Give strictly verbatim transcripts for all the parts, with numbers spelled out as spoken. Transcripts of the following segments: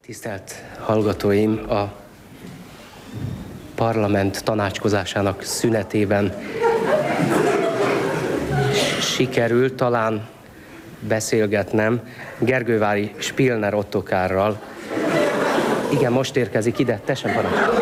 Tisztelt hallgatóim, a parlament tanácskozásának szünetében sikerült talán beszélgetnem Gergővári Spillner Ottokárral. Igen, most érkezik ide, te sem parancsolj.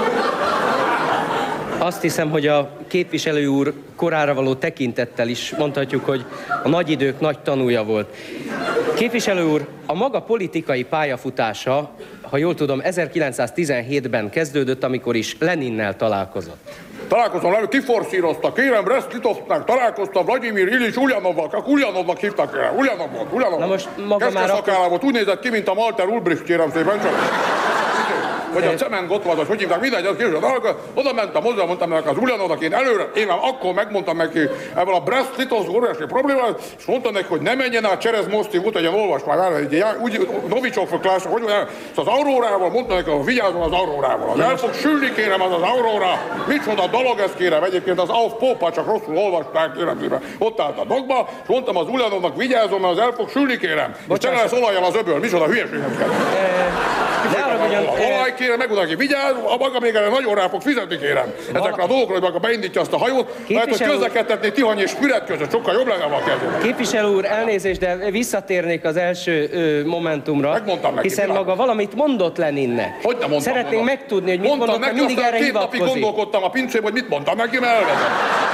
Azt hiszem, hogy a képviselő úr korára való tekintettel is mondhatjuk, hogy a nagy idők nagy tanúja volt. Képviselő úr, a maga politikai pályafutása, ha jól tudom, ezerkilencszáztizenhétben kezdődött, amikor is Leninnel találkozott. Találkoztam, kiforszírozta, kérem, Brest-Litovnál találkoztam Vladimir Ilyics Ulyanovval, Ulyanovnak hívtak, kérem, Ulyanov volt, Ulyanov. Na most maga már akkor... volt, úgy nézett ki, mint a Walter Ulbricht, kérem szépen, csak... Vagy a Cement vagy hogy hívták, mindegy, az később, oda mentem hozzá, mondtam meg az Ulyanovnak, én előre, én akkor megmondtam neki ebből a Brest-Litovsk óriási problémával, és mondtam neki, hogy ne menjen át Cserezmoszti út, hogy olvasd már, úgy Novicsok Klász, hogy az Aurórával, mondtam neki, hogy vigyázzon az Aurórával. Az el fog sülni, kérem, az az Aurora, micsoda dolog ez, kérem, egyébként az Auf Popa, csak rosszul olvasták, kérem szépen, ott állt a dogba, és mondtam az Ulyanovnak, vigyázzon, mert az el fog sülni, kérem, és tele lesz olajjal az öböl, micsoda hülyeségem kell. Olaj, kérem, megmondom neki, vigyázz, a maga még erre nagyon rá fog fizetni, kérem. Ezekre a dolgokra, hogy maga beindítja azt a hajót, mert hogy közlekedtetné Tihany és Füred között, sokkal jobb lenne a kezdőben. Képviselő úr, elnézést, de visszatérnék az első ö, momentumra. Megmondtam neki. Hiszen maga valamit mondott Leninnek. Hogy nem mondtam? Szeretnénk mondom. megtudni, hogy mit mondtam mondott, neki, mindig erre két napig hivatkozik. gondolkodtam a pincében, hogy mit mondtam neki, mert elvezem.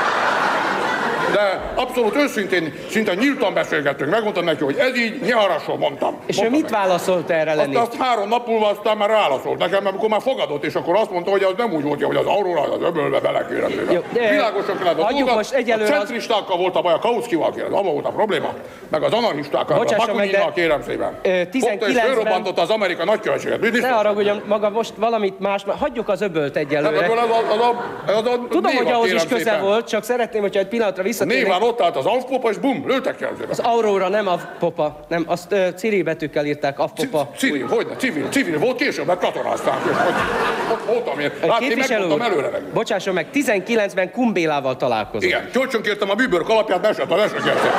De abszolút őszintén, szinte nyíltan beszélgettünk. Megmondtam neki, hogy ez így, nyaharasó, mondtam. És mondtam ő mit neki. válaszolt erre Lenin? Azt, azt három nap múlva aztán már válaszolt nekem, mert amikor már fogadott, és akkor azt mondta, hogy az nem úgy volt, hogy az Aurora az öbölbe belekérem. Világosak lehet a dolgokat. A centristákkal volt a baj, a Kautskyval kérem, abban volt a probléma. Meg az anarchistákkal, a Bakunyinnal kérem szépen. Ott és fölrobbantotta az Amerikai nagykövetséget. Ne arra, hogy maga most valamit más, hagyjuk az öbölt egyelőre. Tudom, hogy ahhoz is köze volt, csak szeretném, hogyha egy pillanatra visszatérnék. Néván ott állt az Avpopa, és bum, lőttek el. Az Aurora nem Avpopa, nem, azt uh, Ciri betűkkel írták, Avpopa. Ciri, hogyne, civil, civil volt, később meg katonázták, és ott voltam én. Látni, megmondtam előre meg. Bocsásson meg, tizenkilencben Kumbélával találkozott. Igen, kölcsön kértem a bűbőr alapját, mesett, az esre kértem.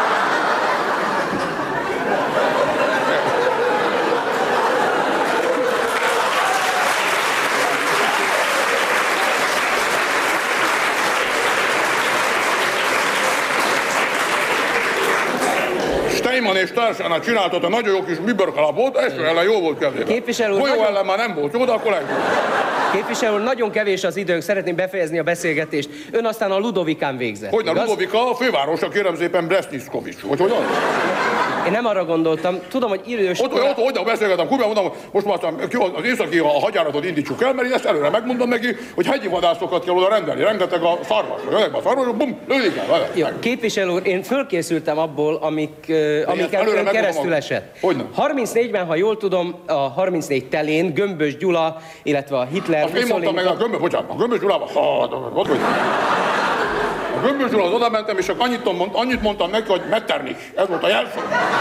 Steinman és társánál csináltott a nagyon jó kis műbörkalapot, eső ellen jó volt kezdődve. Képviselő úr, Folyó nagyon... ellen már nem volt jó, de akkor legjobb. Képviselő úr, nagyon kevés az időnk, szeretném befejezni a beszélgetést. Ön aztán a Ludovikán végzett. Hogyne, Ludovika, a fővárosa, kérem szépen, Brest-Litovsk, vagy hogy az? Én nem arra gondoltam, tudom, hogy idős... Ott, ott, ott, ott beszélgetem, Kubán mondom, most már az északi a hagyjáratot indítsuk el, mert én ezt előre megmondom neki, hogy hegyi vadászokat kell oda rendelni, rengeteg a szarvas, jönnek a szarvas, bum, lődik el. Jó, képviselő úr, én fölkészültem abból, amik, uh, amiket ön keresztül esett. harmincnégyben, ha jól tudom, a harmincnégy telén Gömbös Gyula, illetve a Hitler... Azt én mondtam meg a Gömbös, bocsánat, a Gömbös Gyulában, ott vagy. A Gömbös Gyula, az oda mentem, és csak annyit, mond, annyit mondtam neki, hogy Metternich. Ez volt a jelszó.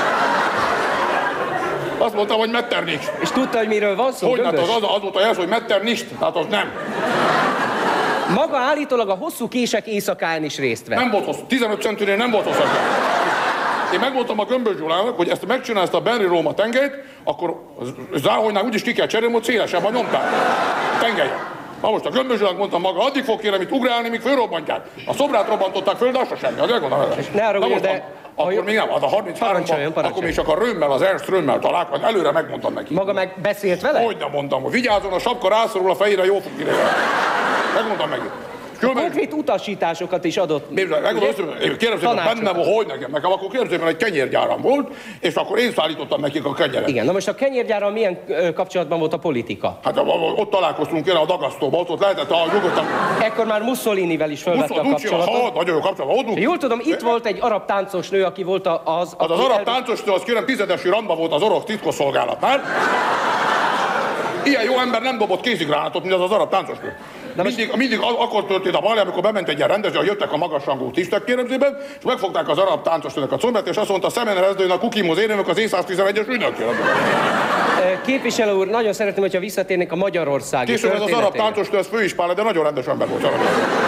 Azt mondtam, hogy Metternich. És tudta, hogy miről van szó, hogy, Gömbös? Hát az, az, az volt a jelszó, hogy Metternich, hát az nem. Maga állítólag a hosszú kések éjszakán is részt vett. Nem volt hosszú, tizenöt centinél nem volt hosszú. Én megmondtam a Gömbös Gyulának, hogy ezt megcsinálja ezt a Benri-Róma tengelyt, akkor Záhonynál úgyis ki kell cserélni, hogy szélesebb a nyomtár. A tengelyen. Na most a Gömbös Gyulának mondtam maga, addig fog kérem itt ugrálni, míg fölrobbantják. A szobrát robbantották föl, de azt semmi, az elgondolom. Ne arra, ugye, de... Akkor a... még nem, az a harminchárom, akkor még csak a Römmel, az Ernst Römmel találkozni, előre megmondtam neki. Maga meg beszélt vele? Hogy nem mondtam, hogy vigyázzon, a sapka rászorul a fejére, jó fog kilépni. Megmondtam neki. Konkrét utasításokat is adott. Kérem szépen, benne volt, hogy nekem, nekem akkor kérem szépen, egy kenyérgyáram volt, és akkor én szállítottam nekik a kenyeret. Igen, na most a kenyérgyárral milyen kapcsolatban volt a politika? Hát ott találkoztunk én a dagasztóban, ott lehetett a nyugodtan... Ekkor már Mussolinivel is fölvette a kapcsolatot. Ha, nagyon jó kapcsolatban. Jól tudom, itt volt egy arab táncos nő, aki volt az... Az az arab táncos nő, az kérem tizedesi randban volt az orosz titkosszolgálatnál. Ilyen jó ember nem dobott kézigránátot, mint az az arab táncos nő. De mindig, most... mindig akkor történt a baj, amikor bement egy ilyen rendező, hogy jöttek a magasrangú tisztek kéremzében, és megfogták az arab táncosnőnek a combját, és azt mondta, Szemenerezdőn a Kukimóz énőnök az E száztizenegyes ügynök. Képviselő úr, nagyon szeretném, hogyha visszatérnénk a Magyarországi Később ez az arab táncosnő, ez főispán, de nagyon rendes ember volt.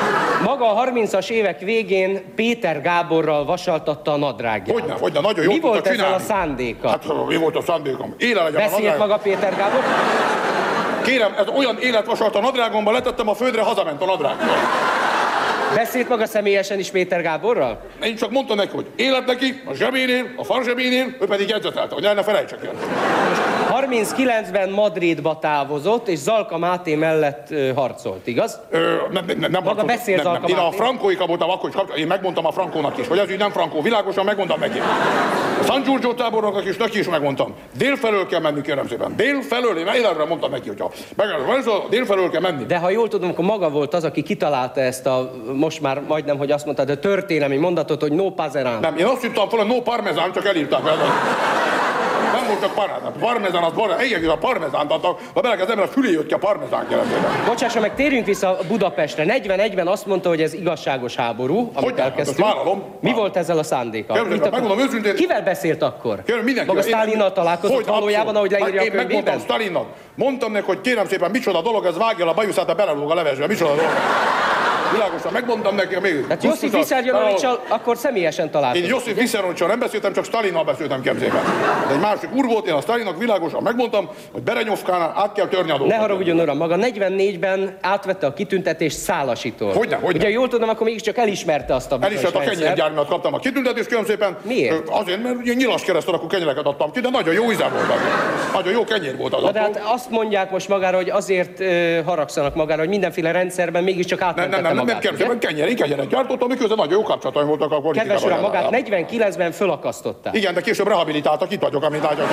Maga a harmincas évek végén Péter Gáborral vasaltatta a nadrágját. Hogyne, hogyne, nagyon jól Mi tudta volt ezzel csinálni. a szándéka? Hát mi volt a szándékom? Éle legyen a Beszélt nadrág. maga Péter Gábor? Kérem, ez olyan életvasalt a nadrágomba, letettem a földre, hazament a nadrág. Beszélt maga személyesen is Péter Gáborral? Én csak mondtam neki, hogy élet neki, a zsebénél, a farzsebénél, ő pedig jegyzetelte, hogy el ne felejtsek el. harminckilencben Madridba távozott, és Zalka Máté mellett ö, harcolt, igaz? Ö, nem, nem, nem, Maga nem, beszél nem, nem. Zalka Én a Máté? frankóika voltam akkor is kapcsolatban, én megmondtam a frankónak is, hogy ez így nem frankó, világosan megmondtam neki. A San Giorgio tábornoknak is neki is megmondtam. Délfelől kell menni, kérem szépen. Délfelől, én életre mondtam neki, hogyha meg délfelől kell menni. De ha jól tudom, akkor maga volt az, aki kitalálta ezt a, most már majdnem, hogy azt mondtad, a történelmi mondatot, hogy no pazerán. Nem, én azt hittem fel, hogy no parmezán, csak elírták vele. Nem volt csak parmezán. Parmezán az parmezán, egész a parmezánt adtak, ha beleg az ember a fülé jött ki a parmezán keretében. Bocsássa meg, térjünk vissza Budapestre. negyvenegyben azt mondta, hogy ez igazságos háború, amit Hogyne? elkezdtünk. Hát azt vállalom. Mi volt ezzel a szándéka? Kérem szépen, Mit akar- megmondom őszintén- Kivel beszélt akkor? Kérem, mindenki. Maga Sztálinnal találkozott Hogy, valójában, ahogy abszolút. leírja a Én megmondtam könyvében? Sztálinnak. Mondtam neki, hogy kérem szépen, micsoda dolog, ez vágja a bajuszát, a belelóg a levesbe, micsoda dolog. Világosan megmondtam neki még. Tehát Josif Vissarionovics-sal akkor személyesen Én találkozott. Josif Vissarionovics-sal nem beszéltem, csak Stalinnal beszéltem, képzépen. De egy másik úr volt, én a Stalinnak világosan megmondtam, hogy Berenyovkánál át kell törni a dolgot. Ne haragudjon, uram, maga negyvennégyben átvette a kitüntetést Szálasitól. Hogyne, hogyne. Ugye jól tudom, akkor mégiscsak elismerte azt a bizonyos Elismert a rendszert. kenyérgyár miatt kaptam a kitüntetést, kérem szépen. Miért? Ö, Azért, mert ugye nyilas keresztül akkor kenyereket adtam ki, de nagyon jó íze volt az. Nagyon jó kenyér volt az. Na de attól. hát azt mondják most magára, hogy azért ö, haragszanak magára, hogy mindenféle rendszerben mégiscsak Nem, átmentette nem, nem, nem, nem, magát. kérem ugye? szépen, kenyér, én kenyeret gyártottam, miközben nagyon jó kapcsolataim voltak a politikával. Kedves uram, magát jelenleg. negyvenkilencben fölakasztották. Igen, de később rehabilitáltak, itt vagyok, amit látják.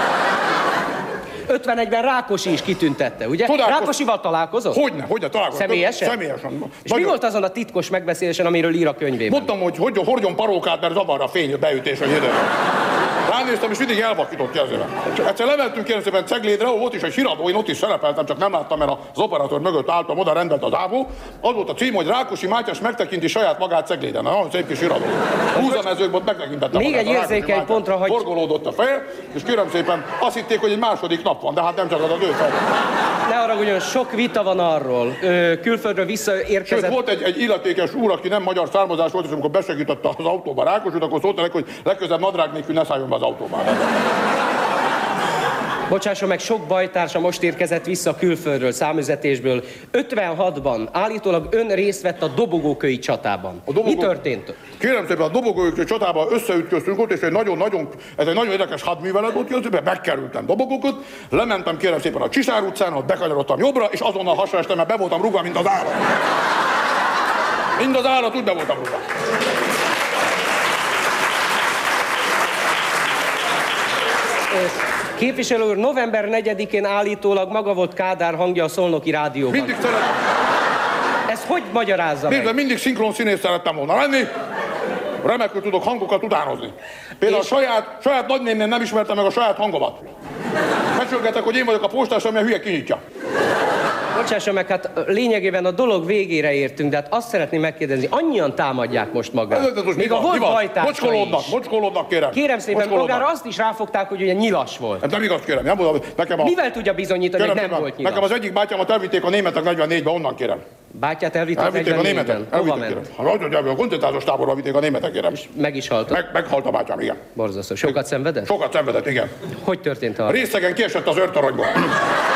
ötvenegyben Rákosi is kitüntette, ugye? Csodálkoz- Rákosival találkozott? Hogyne, hogyne találkoztam. Személyesen? Személyesen. És mi volt azon a titkos megbeszélésen, amiről ír a könyvében? Mondtam, hogy hogy hordjon parókát, mert zavarra a fény, a beütés, hogy ide. Ránéztem, és mindig elvakított kezével. Egyszer lementünk kérem szépen Ceglédre, ott is egy híradó, én ott is szerepeltem, csak nem láttam, mert az operatőr mögött álltam, oda rendelt az ávó. Az volt a cím, hogy Rákosi Mátyás megtekinti saját magát Cegléden. Na, nagyon szép kis híradó. Húzamezőkben megtekintettem. Még magát. egy A Rákosi érzékeny Mátyás. pontra, hogy- Forgolódott a feje, és kérem szépen azt hitték, hogy egy második nap van, de hát nem csak az az ő fej. Ne haragudjon, sok vita van arról. Ö, külföldről Sőt, visszaérkezett. volt egy, egy illetékes úr, aki nem magyar származás volt, és amikor besegítette az autóba Rákosot, akkor szólta neki, hogy legközelebb nadrág nélkül ne szálljon be az autóba. Bocsásson meg, sok bajtársa most érkezett vissza külföldről, számüzetésből. ötvenhatban állítólag ön részt vett a dobogókői csatában. A dobogó- Mi történt? Kérem szépen, a dobogókő csatában összeütköztünk ott, és egy nagyon-nagyon, ez egy nagyon érdekes hadművelet volt, közben megkerültem dobogóköt, lementem kérem szépen a Csisár utcán, ott bekanyarodtam jobbra, és azonnal hasra estem, mert be voltam rúgva, mint az állat. Mind az állat, úgy be voltam rúgva. Képviselő úr, november negyedikén állítólag maga volt Kádár hangja a Szolnoki Rádióban. Mindig szerettem, Ez hogy magyarázza meg? mindig, mindig szinkron színész szerettem volna lenni. Remekül tudok hangokat utánozni. Például És- a saját, saját nagynéném nem ismertem meg a saját hangomat. Mesélgetek, hogy én vagyok a postás, ami a hülye kinyitja. Bocsássa meg, hát lényegében a dolog végére értünk, de hát azt szeretném megkérdezni, annyian támadják most magát. Ez- ez most mi Még a van? Mi volt van? bajtársai Mocskolódnak, is. mocskolódnak, kérem. Kérem szépen, Mocskolódnak. magára azt is ráfogták, hogy ugye nyilas volt. Nem, nem igaz, kérem. Nem mondom, nekem a... Mivel tudja bizonyítani, Kérem hogy nem szépen, volt nyilas? nekem az egyik bátyámat elvitték a németek negyvennégyben, onnan kérem. Bátyát elvitték Elvitték a németek. negyvennégyben. Hova Elvitték, ment? kérem. Hát, hogy a koncentrálós táborba vitték a németek, kérem. Meg is halt. Meg, meghalt a bátyám, igen. Borzasztó. Sokat szenvedett? Sokat szenvedett, igen. Hogy történt A a... részegen kiesett az őrtoronyból.